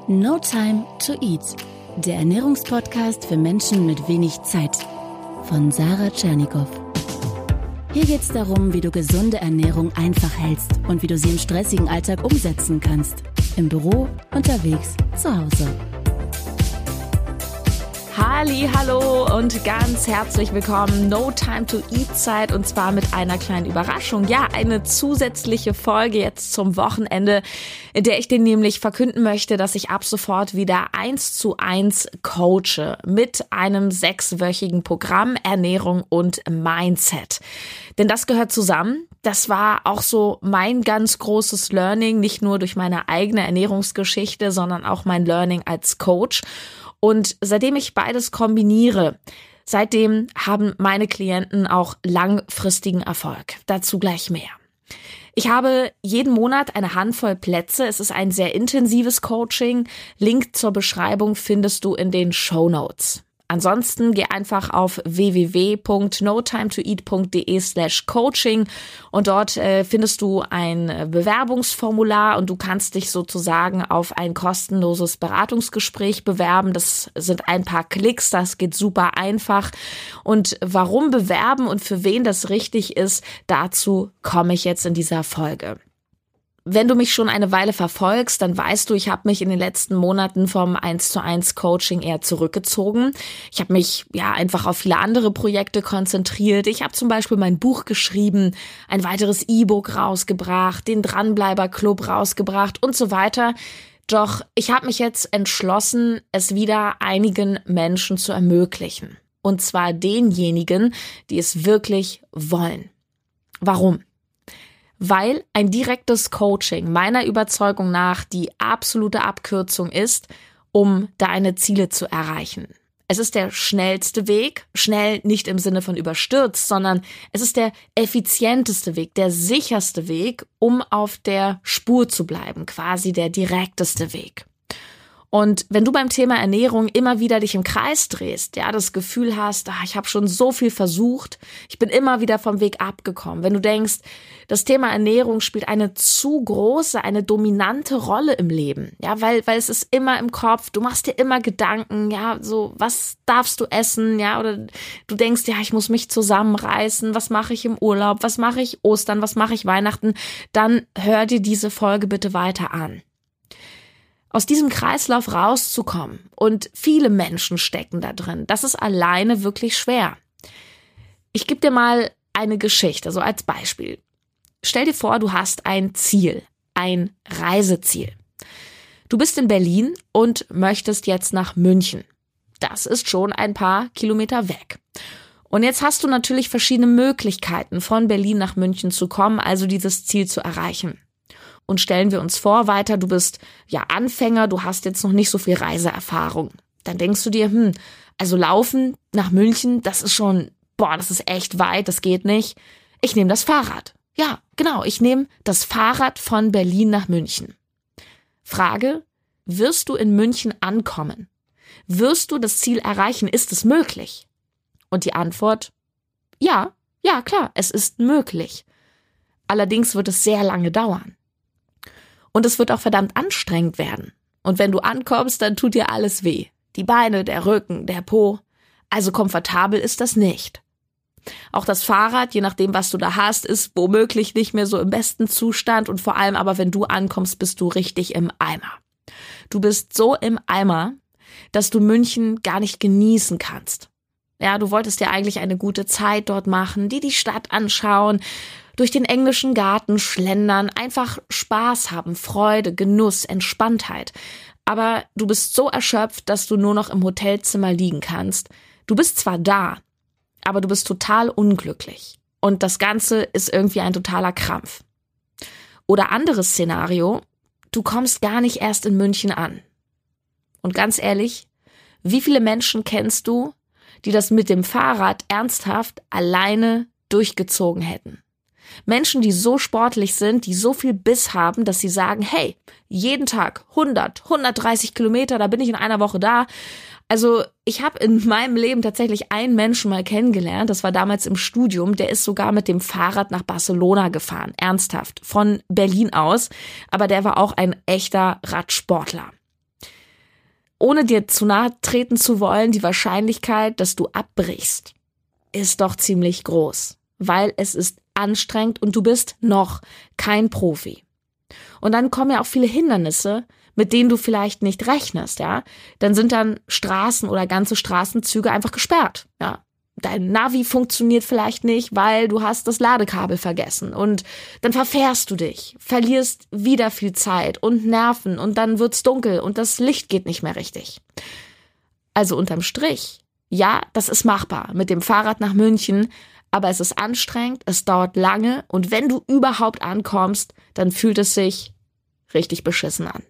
No Time to Eat, der Ernährungspodcast für Menschen mit wenig Zeit von Sarah Tschernikow. Hier geht's darum, wie du gesunde Ernährung einfach hältst und wie du sie im stressigen Alltag umsetzen kannst. Im Büro, unterwegs, zu Hause. Hallo und ganz herzlich willkommen. No Time to Eat Zeit und zwar mit einer kleinen Überraschung. Ja, eine zusätzliche Folge jetzt zum Wochenende, in der ich dir nämlich verkünden möchte, dass ich ab sofort wieder 1:1 coache mit einem 6-wöchigen Programm Ernährung und Mindset. Denn das gehört zusammen. Das war auch so mein ganz großes Learning, nicht nur durch meine eigene Ernährungsgeschichte, sondern auch mein Learning als Coach. Und seitdem ich beides kombiniere, seitdem haben meine Klienten auch langfristigen Erfolg. Dazu gleich mehr. Ich habe jeden Monat eine Handvoll Plätze. Es ist ein sehr intensives Coaching. Link zur Beschreibung findest du in den Shownotes. Ansonsten geh einfach auf www.notimetoeat.de/coaching und dort findest du ein Bewerbungsformular und du kannst dich sozusagen auf ein kostenloses Beratungsgespräch bewerben. Das sind ein paar Klicks, das geht super einfach. Und warum bewerben und für wen das richtig ist, dazu komme ich jetzt in dieser Folge. Wenn du mich schon eine Weile verfolgst, dann weißt du, ich habe mich in den letzten Monaten vom 1:1 Coaching eher zurückgezogen. Ich habe mich einfach auf viele andere Projekte konzentriert. Ich habe zum Beispiel mein Buch geschrieben, ein weiteres E-Book rausgebracht, den Dranbleiber-Club rausgebracht und so weiter. Doch ich habe mich jetzt entschlossen, es wieder einigen Menschen zu ermöglichen. Und zwar denjenigen, die es wirklich wollen. Warum? Weil ein direktes Coaching meiner Überzeugung nach die absolute Abkürzung ist, um deine Ziele zu erreichen. Es ist der schnellste Weg, schnell nicht im Sinne von überstürzt, sondern es ist der effizienteste Weg, der sicherste Weg, um auf der Spur zu bleiben, quasi der direkteste Weg. Und wenn du beim Thema Ernährung immer wieder dich im Kreis drehst, das Gefühl hast, ich habe schon so viel versucht, ich bin immer wieder vom Weg abgekommen. Wenn du denkst, das Thema Ernährung spielt eine zu große, eine dominante Rolle im Leben, weil es ist immer im Kopf, du machst dir immer Gedanken, so was darfst du essen, oder du denkst, ich muss mich zusammenreißen, was mache ich im Urlaub, was mache ich Ostern, was mache ich Weihnachten, dann hör dir diese Folge bitte weiter an. Aus diesem Kreislauf rauszukommen, und viele Menschen stecken da drin, das ist alleine wirklich schwer. Ich gebe dir mal eine Geschichte, so als Beispiel. Stell dir vor, du hast ein Ziel, ein Reiseziel. Du bist in Berlin und möchtest jetzt nach München. Das ist schon ein paar Kilometer weg. Und jetzt hast du natürlich verschiedene Möglichkeiten, von Berlin nach München zu kommen, also dieses Ziel zu erreichen. Und stellen wir uns vor, weiter, du bist Anfänger, du hast jetzt noch nicht so viel Reiseerfahrung. Dann denkst du dir, also laufen nach München, das ist schon, das ist echt weit, das geht nicht. Ich nehme das Fahrrad. Ja, genau, ich nehme das Fahrrad von Berlin nach München. Frage, wirst du in München ankommen? Wirst du das Ziel erreichen? Ist es möglich? Und die Antwort, ja, klar, es ist möglich. Allerdings wird es sehr lange dauern. Und es wird auch verdammt anstrengend werden. Und wenn du ankommst, dann tut dir alles weh. Die Beine, der Rücken, der Po. Also komfortabel ist das nicht. Auch das Fahrrad, je nachdem, was du da hast, ist womöglich nicht mehr so im besten Zustand. Und vor allem aber, wenn du ankommst, bist du richtig im Eimer. Du bist so im Eimer, dass du München gar nicht genießen kannst. Du wolltest ja eigentlich eine gute Zeit dort machen, die Stadt anschauen, durch den englischen Garten schlendern, einfach Spaß haben, Freude, Genuss, Entspanntheit. Aber du bist so erschöpft, dass du nur noch im Hotelzimmer liegen kannst. Du bist zwar da, aber du bist total unglücklich. Und das Ganze ist irgendwie ein totaler Krampf. Oder anderes Szenario, du kommst gar nicht erst in München an. Und ganz ehrlich, wie viele Menschen kennst du, die das mit dem Fahrrad ernsthaft alleine durchgezogen hätten? Menschen, die so sportlich sind, die so viel Biss haben, dass sie sagen, hey, jeden Tag 130 Kilometer, da bin ich in einer Woche da. Also ich habe in meinem Leben tatsächlich einen Menschen mal kennengelernt, das war damals im Studium, der ist sogar mit dem Fahrrad nach Barcelona gefahren, ernsthaft, von Berlin aus, aber der war auch ein echter Radsportler. ohne dir zu nahe treten zu wollen, die Wahrscheinlichkeit, dass du abbrichst, ist doch ziemlich groß, weil es ist anstrengend und du bist noch kein Profi. Und dann kommen ja auch viele Hindernisse, mit denen du vielleicht nicht rechnest, ja. Dann sind dann Straßen oder ganze Straßenzüge einfach gesperrt, ja. Dein Navi funktioniert vielleicht nicht, weil du hast das Ladekabel vergessen und dann verfährst du dich, verlierst wieder viel Zeit und Nerven und dann wird's dunkel und das Licht geht nicht mehr richtig. Also unterm Strich, ja, das ist machbar mit dem Fahrrad nach München, aber es ist anstrengend, es dauert lange und wenn du überhaupt ankommst, dann fühlt es sich richtig beschissen an.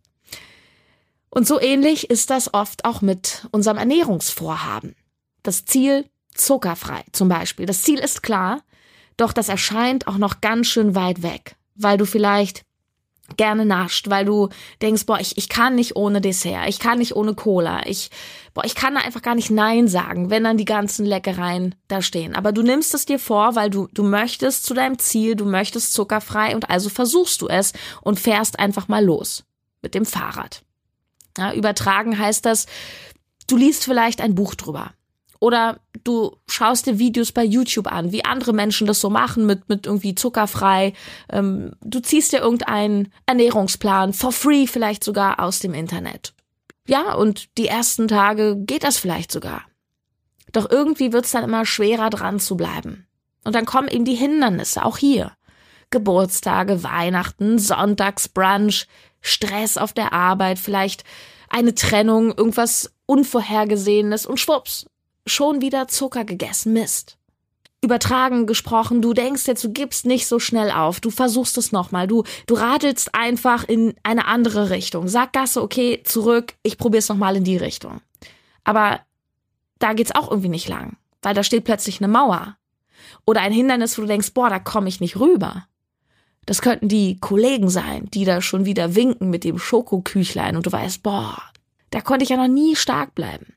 Und so ähnlich ist das oft auch mit unserem Ernährungsvorhaben. Das Ziel zuckerfrei zum Beispiel. Das Ziel ist klar, doch das erscheint auch noch ganz schön weit weg, weil du vielleicht gerne nascht, weil du denkst, ich kann nicht ohne Dessert, ich kann nicht ohne Cola, ich kann da einfach gar nicht Nein sagen, wenn dann die ganzen Leckereien da stehen. Aber du nimmst es dir vor, weil du möchtest zu deinem Ziel, du möchtest zuckerfrei und also versuchst du es und fährst einfach mal los mit dem Fahrrad. Ja, übertragen heißt das, du liest vielleicht ein Buch drüber. Oder du schaust dir Videos bei YouTube an, wie andere Menschen das so machen mit irgendwie zuckerfrei. Du ziehst dir irgendeinen Ernährungsplan for free vielleicht sogar aus dem Internet. Ja, und die ersten Tage geht das vielleicht sogar. Doch irgendwie wird's dann immer schwerer dran zu bleiben. Und dann kommen eben die Hindernisse, auch hier. Geburtstage, Weihnachten, Sonntagsbrunch, Stress auf der Arbeit, vielleicht eine Trennung, irgendwas Unvorhergesehenes und schwupps. Schon wieder Zucker gegessen, Mist. Übertragen gesprochen, du denkst jetzt, du gibst nicht so schnell auf, du versuchst es nochmal, du radelst einfach in eine andere Richtung. Sackgasse, okay, zurück, ich probier's nochmal in die Richtung. Aber da geht's auch irgendwie nicht lang, weil da steht plötzlich eine Mauer. Oder ein Hindernis, wo du denkst, da komme ich nicht rüber. Das könnten die Kollegen sein, die da schon wieder winken mit dem Schokoküchlein und du weißt, da konnte ich ja noch nie stark bleiben.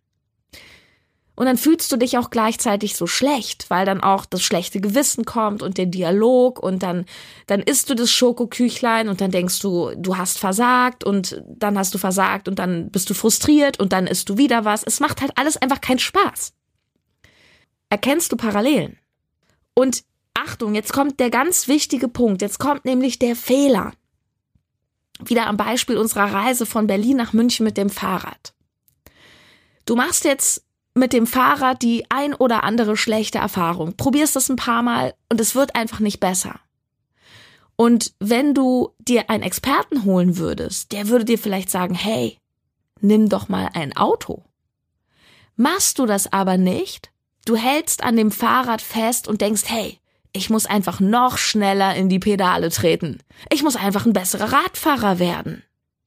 Und dann fühlst du dich auch gleichzeitig so schlecht, weil dann auch das schlechte Gewissen kommt und der Dialog und dann isst du das Schokoküchlein und dann denkst du, du hast versagt und dann hast du versagt und dann bist du frustriert und dann isst du wieder was. Es macht halt alles einfach keinen Spaß. Erkennst du Parallelen? Und Achtung, jetzt kommt der ganz wichtige Punkt, jetzt kommt nämlich der Fehler. Wieder am Beispiel unserer Reise von Berlin nach München mit dem Fahrrad. Du machst jetzt mit dem Fahrrad die ein oder andere schlechte Erfahrung. Probierst es ein paar Mal und es wird einfach nicht besser. Und wenn du dir einen Experten holen würdest, der würde dir vielleicht sagen, hey, nimm doch mal ein Auto. Machst du das aber nicht, du hältst an dem Fahrrad fest und denkst, hey, ich muss einfach noch schneller in die Pedale treten. Ich muss einfach ein besserer Radfahrer werden.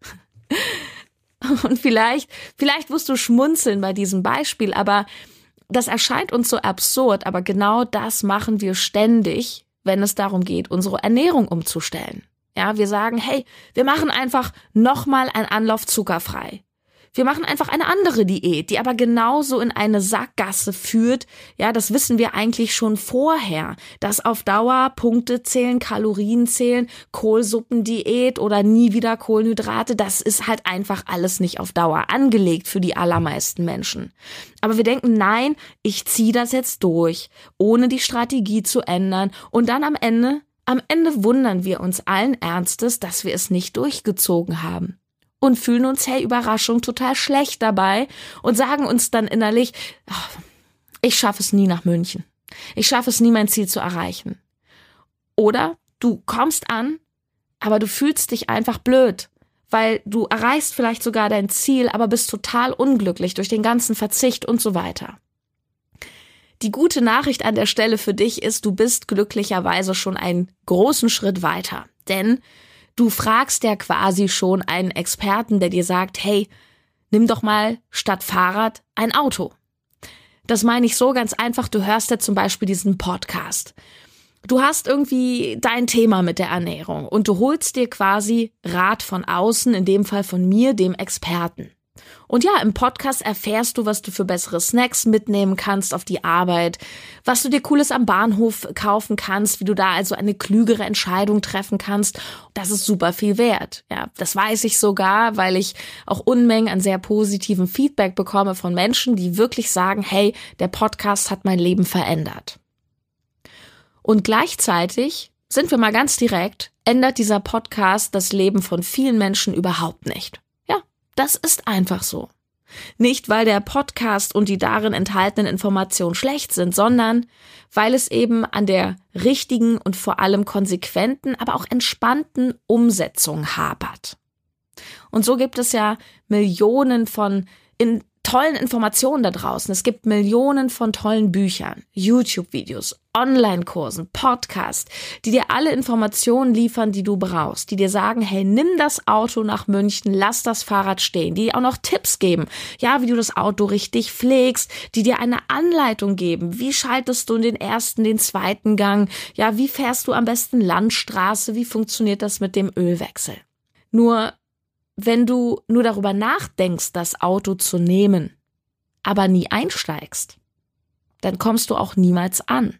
Und vielleicht wirst du schmunzeln bei diesem Beispiel, aber das erscheint uns so absurd, aber genau das machen wir ständig, wenn es darum geht, unsere Ernährung umzustellen. Ja, wir sagen, hey, wir machen einfach nochmal einen Anlauf zuckerfrei. Wir machen einfach eine andere Diät, die aber genauso in eine Sackgasse führt. Ja, das wissen wir eigentlich schon vorher, dass auf Dauer Punkte zählen, Kalorien zählen, Kohlsuppendiät oder nie wieder Kohlenhydrate, das ist halt einfach alles nicht auf Dauer angelegt für die allermeisten Menschen. Aber wir denken, nein, ich ziehe das jetzt durch, ohne die Strategie zu ändern und dann am Ende wundern wir uns allen Ernstes, dass wir es nicht durchgezogen haben. Und fühlen uns, hey, Überraschung, total schlecht dabei und sagen uns dann innerlich, ich schaffe es nie nach München. Ich schaffe es nie, mein Ziel zu erreichen. Oder du kommst an, aber du fühlst dich einfach blöd, weil du erreichst vielleicht sogar dein Ziel, aber bist total unglücklich durch den ganzen Verzicht und so weiter. Die gute Nachricht an der Stelle für dich ist, du bist glücklicherweise schon einen großen Schritt weiter, denn du fragst ja quasi schon einen Experten, der dir sagt, hey, nimm doch mal statt Fahrrad ein Auto. Das meine ich so ganz einfach, du hörst ja zum Beispiel diesen Podcast. Du hast irgendwie dein Thema mit der Ernährung und du holst dir quasi Rat von außen, in dem Fall von mir, dem Experten. Und ja, im Podcast erfährst du, was du für bessere Snacks mitnehmen kannst auf die Arbeit, was du dir Cooles am Bahnhof kaufen kannst, wie du da also eine klügere Entscheidung treffen kannst. Das ist super viel wert. Ja, das weiß ich sogar, weil ich auch Unmengen an sehr positivem Feedback bekomme von Menschen, die wirklich sagen, hey, der Podcast hat mein Leben verändert. Und gleichzeitig, sind wir mal ganz direkt, ändert dieser Podcast das Leben von vielen Menschen überhaupt nicht. Das ist einfach so. Nicht, weil der Podcast und die darin enthaltenen Informationen schlecht sind, sondern weil es eben an der richtigen und vor allem konsequenten, aber auch entspannten Umsetzung hapert. Und so gibt es ja Millionen von tollen Informationen da draußen. Es gibt Millionen von tollen Büchern, YouTube-Videos, Online-Kursen, Podcasts, die dir alle Informationen liefern, die du brauchst, die dir sagen, hey, nimm das Auto nach München, lass das Fahrrad stehen, die dir auch noch Tipps geben, ja, wie du das Auto richtig pflegst, die dir eine Anleitung geben, wie schaltest du in den ersten, den zweiten Gang, ja, wie fährst du am besten Landstraße, wie funktioniert das mit dem Ölwechsel. Nur wenn du nur darüber nachdenkst, das Auto zu nehmen, aber nie einsteigst, dann kommst du auch niemals an.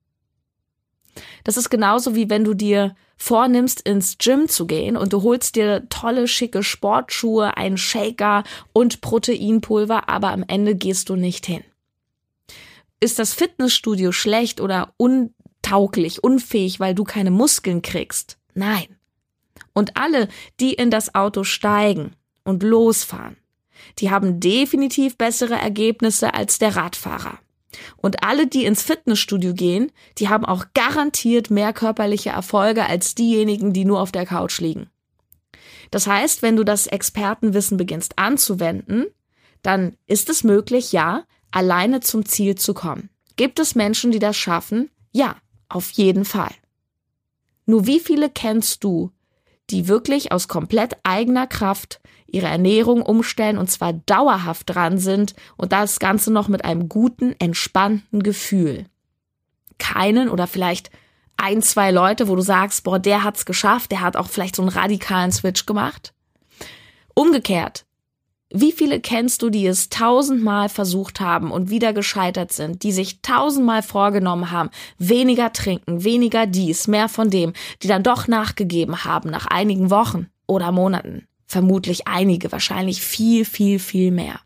Das ist genauso wie wenn du dir vornimmst, ins Gym zu gehen und du holst dir tolle, schicke Sportschuhe, einen Shaker und Proteinpulver, aber am Ende gehst du nicht hin. Ist das Fitnessstudio schlecht oder untauglich, unfähig, weil du keine Muskeln kriegst? Nein. Und alle, die in das Auto steigen und losfahren, die haben definitiv bessere Ergebnisse als der Radfahrer. Und alle, die ins Fitnessstudio gehen, die haben auch garantiert mehr körperliche Erfolge als diejenigen, die nur auf der Couch liegen. Das heißt, wenn du das Expertenwissen beginnst anzuwenden, dann ist es möglich, ja, alleine zum Ziel zu kommen. Gibt es Menschen, die das schaffen? Ja, auf jeden Fall. Nur wie viele kennst du, die wirklich aus komplett eigener Kraft ihre Ernährung umstellen und zwar dauerhaft dran sind und das Ganze noch mit einem guten, entspannten Gefühl? Keinen oder vielleicht 1, 2 Leute, wo du sagst, boah, der hat's geschafft, der hat auch vielleicht so einen radikalen Switch gemacht? Umgekehrt, wie viele kennst du, die es 1000-mal versucht haben und wieder gescheitert sind, die sich 1000-mal vorgenommen haben, weniger trinken, weniger dies, mehr von dem, die dann doch nachgegeben haben nach einigen Wochen oder Monaten? Vermutlich einige, wahrscheinlich viel, viel, viel mehr.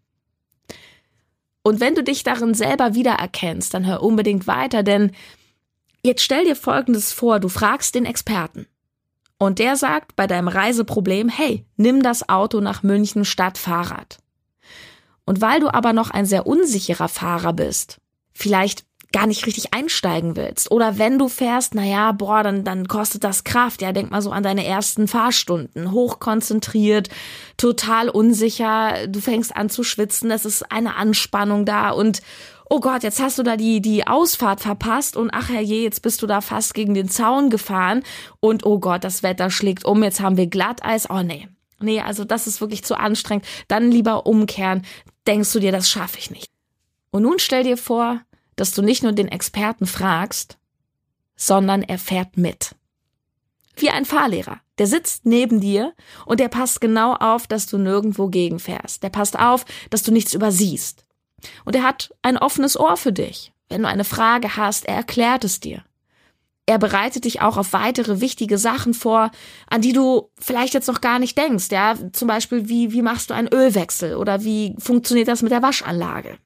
Und wenn du dich darin selber wiedererkennst, dann hör unbedingt weiter, denn jetzt stell dir Folgendes vor, du fragst den Experten. Und der sagt bei deinem Reiseproblem, hey, nimm das Auto nach München statt Fahrrad. Und weil du aber noch ein sehr unsicherer Fahrer bist, vielleicht gar nicht richtig einsteigen willst, oder wenn du fährst, dann kostet das Kraft, ja, denk mal so an deine ersten Fahrstunden, hochkonzentriert, total unsicher, du fängst an zu schwitzen, es ist eine Anspannung da und oh Gott, jetzt hast du da die Ausfahrt verpasst und ach herrje, jetzt bist du da fast gegen den Zaun gefahren und oh Gott, das Wetter schlägt um, jetzt haben wir Glatteis, oh nee, also das ist wirklich zu anstrengend, dann lieber umkehren, denkst du dir, das schaffe ich nicht. Und nun stell dir vor, dass du nicht nur den Experten fragst, sondern er fährt mit. Wie ein Fahrlehrer. Der sitzt neben dir und der passt genau auf, dass du nirgendwo gegenfährst. Der passt auf, dass du nichts übersiehst. Und er hat ein offenes Ohr für dich. Wenn du eine Frage hast, er erklärt es dir. Er bereitet dich auch auf weitere wichtige Sachen vor, an die du vielleicht jetzt noch gar nicht denkst. Ja, zum Beispiel, wie machst du einen Ölwechsel oder wie funktioniert das mit der Waschanlage?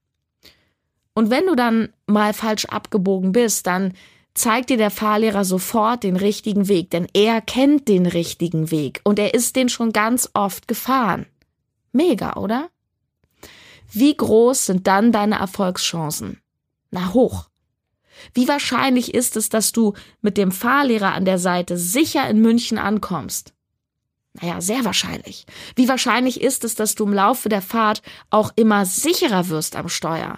Und wenn du dann mal falsch abgebogen bist, dann zeigt dir der Fahrlehrer sofort den richtigen Weg, denn er kennt den richtigen Weg und er ist den schon ganz oft gefahren. Mega, oder? Wie groß sind dann deine Erfolgschancen? Na, hoch. Wie wahrscheinlich ist es, dass du mit dem Fahrlehrer an der Seite sicher in München ankommst? Naja, sehr wahrscheinlich. Wie wahrscheinlich ist es, dass du im Laufe der Fahrt auch immer sicherer wirst am Steuer?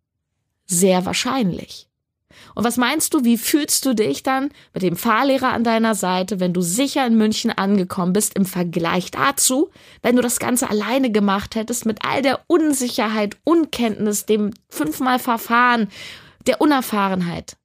Sehr wahrscheinlich. Und was meinst du, wie fühlst du dich dann mit dem Fahrlehrer an deiner Seite, wenn du sicher in München angekommen bist, im Vergleich dazu, wenn du das Ganze alleine gemacht hättest, mit all der Unsicherheit, Unkenntnis, dem 5-mal Verfahren, der Unerfahrenheit?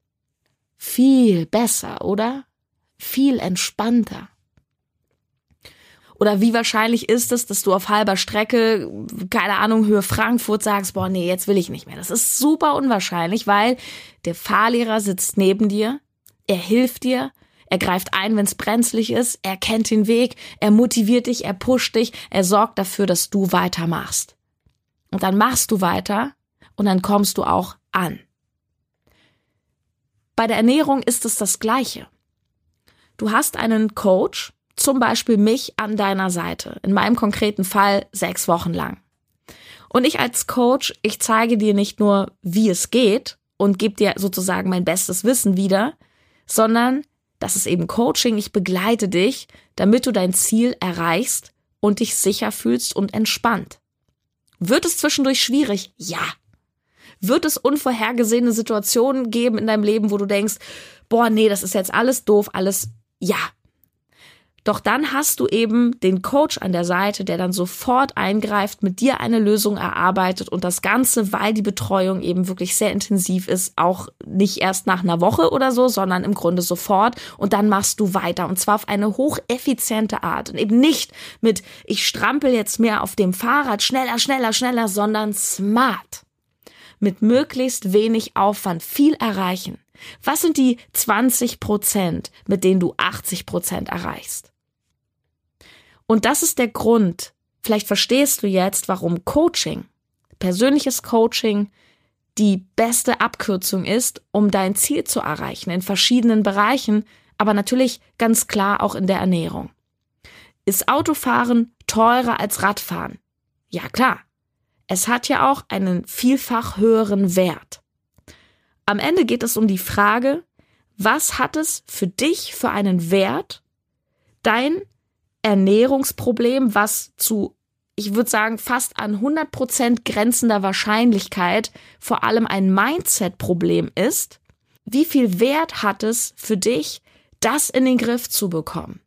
Viel besser, oder? Viel entspannter. Oder wie wahrscheinlich ist es, dass du auf halber Strecke, keine Ahnung, Höhe Frankfurt sagst, boah, nee, jetzt will ich nicht mehr. Das ist super unwahrscheinlich, weil der Fahrlehrer sitzt neben dir, er hilft dir, er greift ein, wenn es brenzlig ist, er kennt den Weg, er motiviert dich, er pusht dich, er sorgt dafür, dass du weitermachst. Und dann machst du weiter und dann kommst du auch an. Bei der Ernährung ist es das Gleiche. Du hast einen Coach, zum Beispiel mich an deiner Seite, in meinem konkreten Fall 6 Wochen lang. Und ich als Coach, ich zeige dir nicht nur, wie es geht und gebe dir sozusagen mein bestes Wissen wieder, sondern das ist eben Coaching, ich begleite dich, damit du dein Ziel erreichst und dich sicher fühlst und entspannt. Wird es zwischendurch schwierig? Ja. Wird es unvorhergesehene Situationen geben in deinem Leben, wo du denkst, boah, nee, das ist jetzt alles doof, alles, ja. Doch dann hast du eben den Coach an der Seite, der dann sofort eingreift, mit dir eine Lösung erarbeitet und das Ganze, weil die Betreuung eben wirklich sehr intensiv ist, auch nicht erst nach einer Woche oder so, sondern im Grunde sofort und dann machst du weiter und zwar auf eine hocheffiziente Art und eben nicht mit, ich strampel jetzt mehr auf dem Fahrrad, schneller, sondern smart. Mit möglichst wenig Aufwand viel erreichen. Was sind die 20%, mit denen du 80% erreichst? Und das ist der Grund, vielleicht verstehst du jetzt, warum Coaching, persönliches Coaching, die beste Abkürzung ist, um dein Ziel zu erreichen, in verschiedenen Bereichen, aber natürlich ganz klar auch in der Ernährung. Ist Autofahren teurer als Radfahren? Ja, klar. Es hat ja auch einen vielfach höheren Wert. Am Ende geht es um die Frage, was hat es für dich für einen Wert, dein Ernährungsproblem, was zu, ich würde sagen, fast an 100% grenzender Wahrscheinlichkeit vor allem ein Mindset-Problem ist, wie viel Wert hat es für dich, das in den Griff zu bekommen?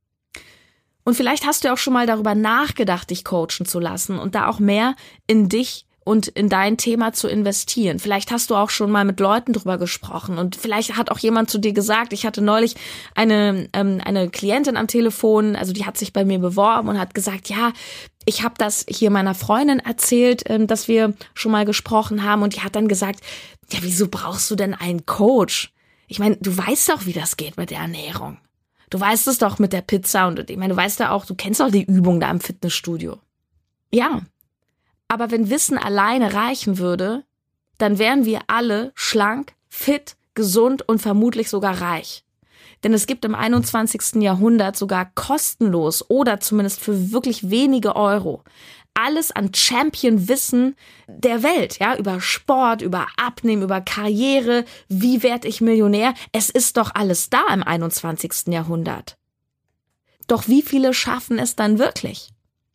Und vielleicht hast du auch schon mal darüber nachgedacht, dich coachen zu lassen und da auch mehr in dich und in dein Thema zu investieren. Vielleicht hast du auch schon mal mit Leuten drüber gesprochen und vielleicht hat auch jemand zu dir gesagt, ich hatte neulich eine Klientin am Telefon, also die hat sich bei mir beworben und hat gesagt, ja, ich habe das hier meiner Freundin erzählt, dass wir schon mal gesprochen haben und die hat dann gesagt, ja, wieso brauchst du denn einen Coach? Ich meine, du weißt doch, wie das geht mit der Ernährung. Du weißt es doch mit der Pizza und ich meine, du weißt ja auch, du kennst doch die Übung da im Fitnessstudio. Ja, aber wenn Wissen alleine reichen würde, dann wären wir alle schlank, fit, gesund und vermutlich sogar reich. Denn es gibt im 21. Jahrhundert sogar kostenlos oder zumindest für wirklich wenige Euro alles an Champion-Wissen der Welt, ja, über Sport, über Abnehmen, über Karriere, wie werde ich Millionär? Es ist doch alles da im 21. Jahrhundert. Doch wie viele schaffen es dann wirklich?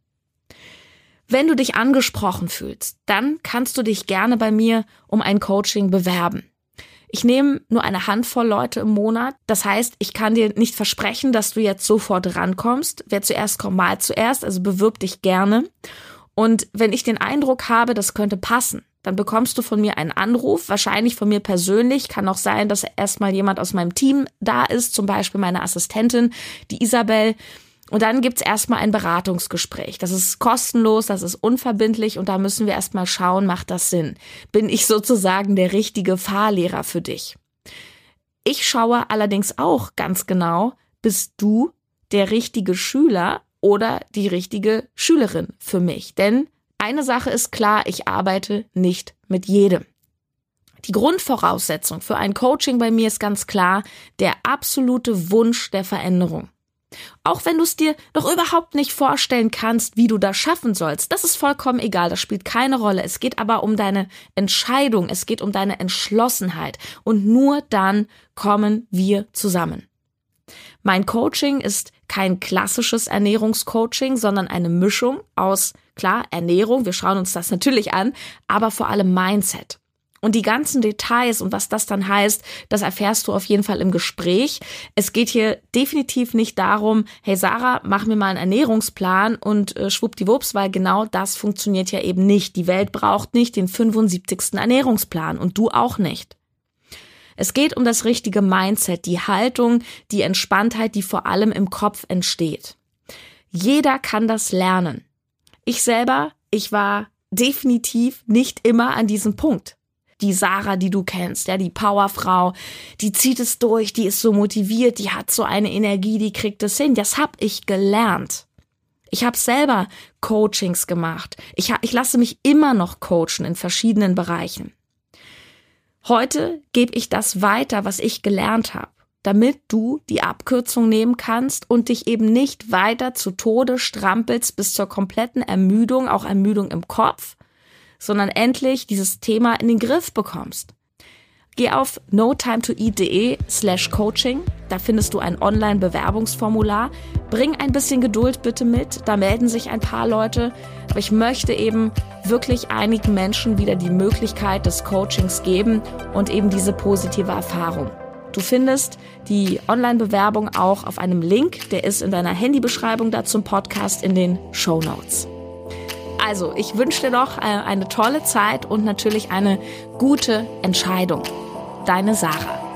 Wenn du dich angesprochen fühlst, dann kannst du dich gerne bei mir um ein Coaching bewerben. Ich nehme nur eine Handvoll Leute im Monat. Das heißt, ich kann dir nicht versprechen, dass du jetzt sofort rankommst. Wer zuerst kommt, mal zuerst. Also bewirb dich gerne. Und wenn ich den Eindruck habe, das könnte passen, dann bekommst du von mir einen Anruf, wahrscheinlich von mir persönlich. Kann auch sein, dass erstmal jemand aus meinem Team da ist, zum Beispiel meine Assistentin, die Isabel. Und dann gibt's erstmal ein Beratungsgespräch. Das ist kostenlos, das ist unverbindlich und da müssen wir erstmal schauen, macht das Sinn? Bin ich sozusagen der richtige Fahrlehrer für dich? Ich schaue allerdings auch ganz genau, bist du der richtige Schüler oder die richtige Schülerin für mich? Denn eine Sache ist klar, ich arbeite nicht mit jedem. Die Grundvoraussetzung für ein Coaching bei mir ist ganz klar der absolute Wunsch der Veränderung. Auch wenn du es dir noch überhaupt nicht vorstellen kannst, wie du das schaffen sollst, das ist vollkommen egal, das spielt keine Rolle. Es geht aber um deine Entscheidung, es geht um deine Entschlossenheit und nur dann kommen wir zusammen. Mein Coaching ist kein klassisches Ernährungscoaching, sondern eine Mischung aus, klar, Ernährung, wir schauen uns das natürlich an, aber vor allem Mindset. Und die ganzen Details und was das dann heißt, das erfährst du auf jeden Fall im Gespräch. Es geht hier definitiv nicht darum, hey Sarah, mach mir mal einen Ernährungsplan und schwuppdiwupps, weil genau das funktioniert ja eben nicht. Die Welt braucht nicht den 75. Ernährungsplan und du auch nicht. Es geht um das richtige Mindset, die Haltung, die Entspanntheit, die vor allem im Kopf entsteht. Jeder kann das lernen. Ich war definitiv nicht immer an diesem Punkt. Die Sarah, die du kennst, ja, die Powerfrau, die zieht es durch, die ist so motiviert, die hat so eine Energie, die kriegt es hin. Das habe ich gelernt. Ich habe selber Coachings gemacht. Ich lasse mich immer noch coachen in verschiedenen Bereichen. Heute gebe ich das weiter, was ich gelernt habe, damit du die Abkürzung nehmen kannst und dich eben nicht weiter zu Tode strampelst bis zur kompletten Ermüdung, auch Ermüdung im Kopf, sondern endlich dieses Thema in den Griff bekommst. Geh auf notimetoeat.de/coaching, da findest du ein Online-Bewerbungsformular. Bring ein bisschen Geduld bitte mit, da melden sich ein paar Leute, aber ich möchte eben wirklich einigen Menschen wieder die Möglichkeit des Coachings geben und eben diese positive Erfahrung. Du findest die Online-Bewerbung auch auf einem Link, der ist in deiner Handybeschreibung da zum Podcast in den Shownotes. Also, ich wünsche dir noch eine tolle Zeit und natürlich eine gute Entscheidung. Deine Sarah.